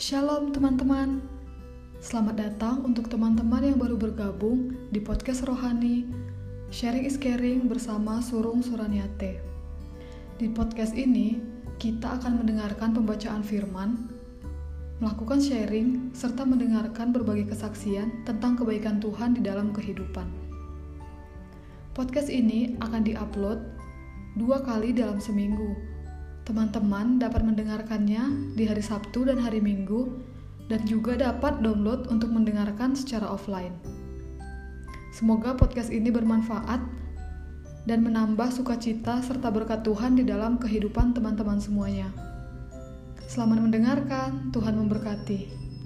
Shalom teman-teman, selamat datang untuk teman-teman yang baru bergabung di podcast Rohani Sharing is Caring bersama Surung Suraniate. Di podcast ini, kita akan mendengarkan pembacaan firman, melakukan sharing, serta mendengarkan berbagai kesaksian tentang kebaikan Tuhan di dalam kehidupan. Podcast ini akan di-upload 2 kali dalam seminggu. Teman-teman dapat mendengarkannya di hari Sabtu dan hari Minggu, dan juga dapat download untuk mendengarkan secara offline. Semoga podcast ini bermanfaat dan menambah sukacita serta berkat Tuhan di dalam kehidupan teman-teman semuanya. Selamat mendengarkan, Tuhan memberkati.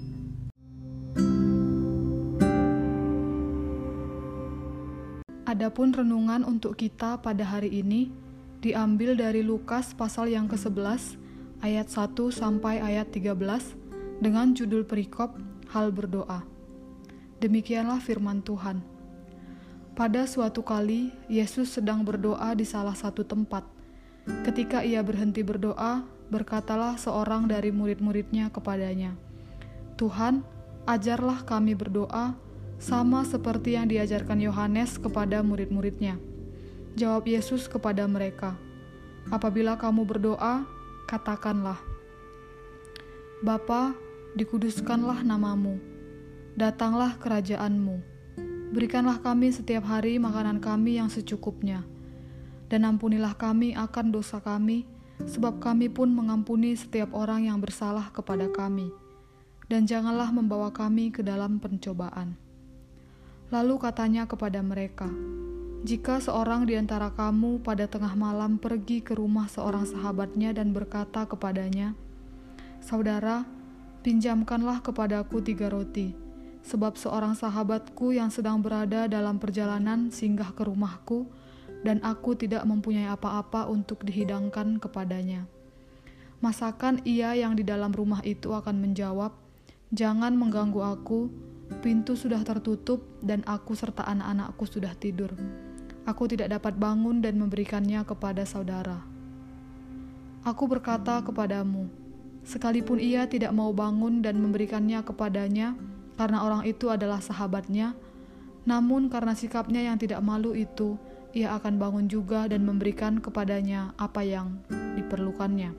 Adapun renungan untuk kita pada hari ini diambil dari Lukas pasal yang ke-11 ayat 1 sampai ayat 13 dengan judul perikop Hal Berdoa. Demikianlah firman Tuhan. Pada suatu kali Yesus sedang berdoa di salah satu tempat. Ketika ia berhenti berdoa, berkatalah seorang dari murid-muridnya kepadanya, "Tuhan, ajarlah kami berdoa sama seperti yang diajarkan Yohanes kepada murid-muridnya." Jawab Yesus kepada mereka, "Apabila kamu berdoa, katakanlah, Bapa, dikuduskanlah namamu, datanglah kerajaanmu, berikanlah kami setiap hari makanan kami yang secukupnya, dan ampunilah kami akan dosa kami, sebab kami pun mengampuni setiap orang yang bersalah kepada kami, dan janganlah membawa kami ke dalam pencobaan." Lalu katanya kepada mereka, "Jika seorang di antara kamu pada tengah malam pergi ke rumah seorang sahabatnya dan berkata kepadanya, 'Saudara, pinjamkanlah kepadaku 3 roti, sebab seorang sahabatku yang sedang berada dalam perjalanan singgah ke rumahku, dan aku tidak mempunyai apa-apa untuk dihidangkan kepadanya.' Masakan ia yang di dalam rumah itu akan menjawab, 'Jangan mengganggu aku, pintu sudah tertutup dan aku serta anak-anakku sudah tidur. Aku tidak dapat bangun dan memberikannya kepada saudara.' Aku berkata kepadamu, sekalipun ia tidak mau bangun dan memberikannya kepadanya karena orang itu adalah sahabatnya, namun karena sikapnya yang tidak malu itu, ia akan bangun juga dan memberikan kepadanya apa yang diperlukannya.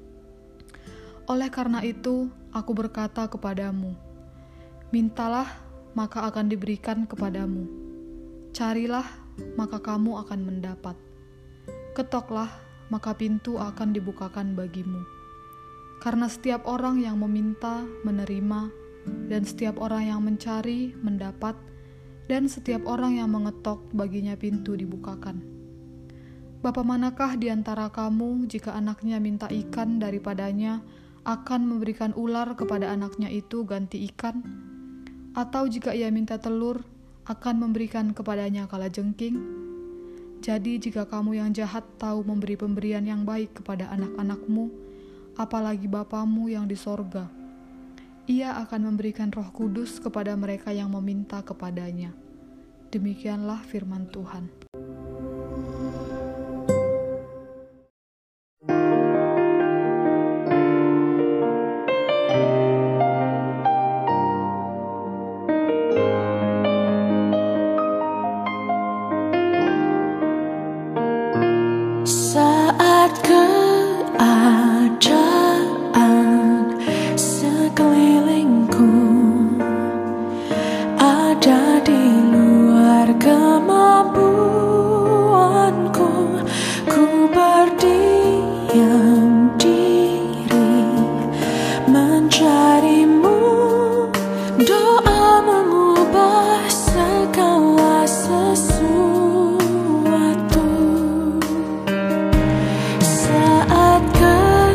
Oleh karena itu, aku berkata kepadamu, mintalah, maka akan diberikan kepadamu. Carilah, maka kamu akan mendapat. Ketoklah, maka pintu akan dibukakan bagimu. Karena setiap orang yang meminta, menerima, dan setiap orang yang mencari, mendapat, dan setiap orang yang mengetok, baginya pintu dibukakan. Bapa manakah di antara kamu, jika anaknya minta ikan daripadanya, akan memberikan ular kepada anaknya itu ganti ikan? Atau jika ia minta telur, akan memberikan kepadanya kalajengking? Jadi jika kamu yang jahat tahu memberi pemberian yang baik kepada anak-anakmu, apalagi Bapamu yang di sorga, ia akan memberikan Roh Kudus kepada mereka yang meminta kepadanya." Demikianlah firman Tuhan. Saat keadaan sekelilingku ada di luar kemampuanku, ku berdiam diri mencarimu. Doa mengubah segala sesuatu. Saat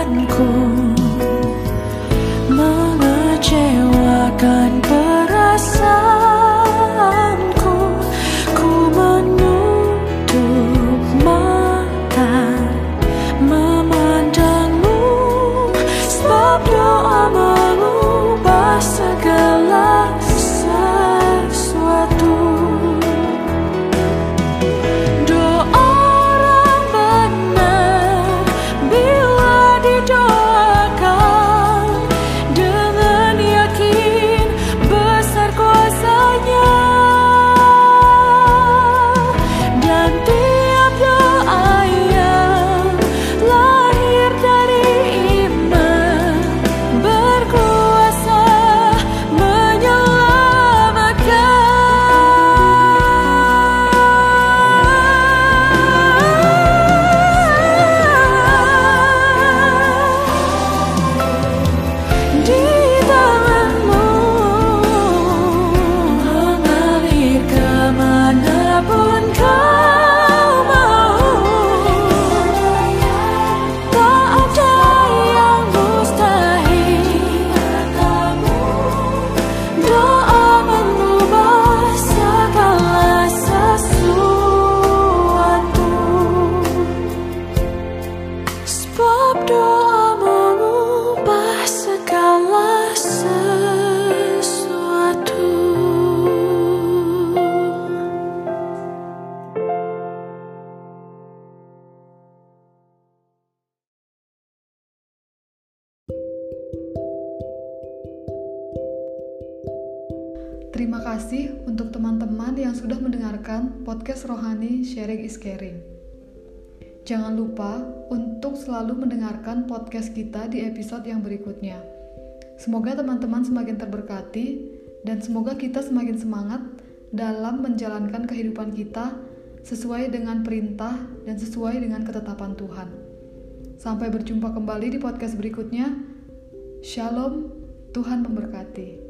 keinginanku mengecewakan perasaanku. Ku menutup mata memandangmu, sebab doa mengubah segala sesuatu. Doa orang benar bila didoakan dengan yakin besar kuasanya, dan tiap doa yang lahir dari iman berkuasa menyelamatkan. Di tanganmu mengalir kemanapun kau mau. Tak ada yang mustahil. Doa mengubah segala sesuatu. Sebab doa mengubah segala sesuatu. Terima kasih untuk teman-teman yang sudah mendengarkan podcast Rohani Sharing is Caring. Jangan lupa untuk selalu mendengarkan podcast kita di episode yang berikutnya. Semoga teman-teman semakin terberkati dan semoga kita semakin semangat dalam menjalankan kehidupan kita sesuai dengan perintah dan sesuai dengan ketetapan Tuhan. Sampai berjumpa kembali di podcast berikutnya. Shalom, Tuhan memberkati.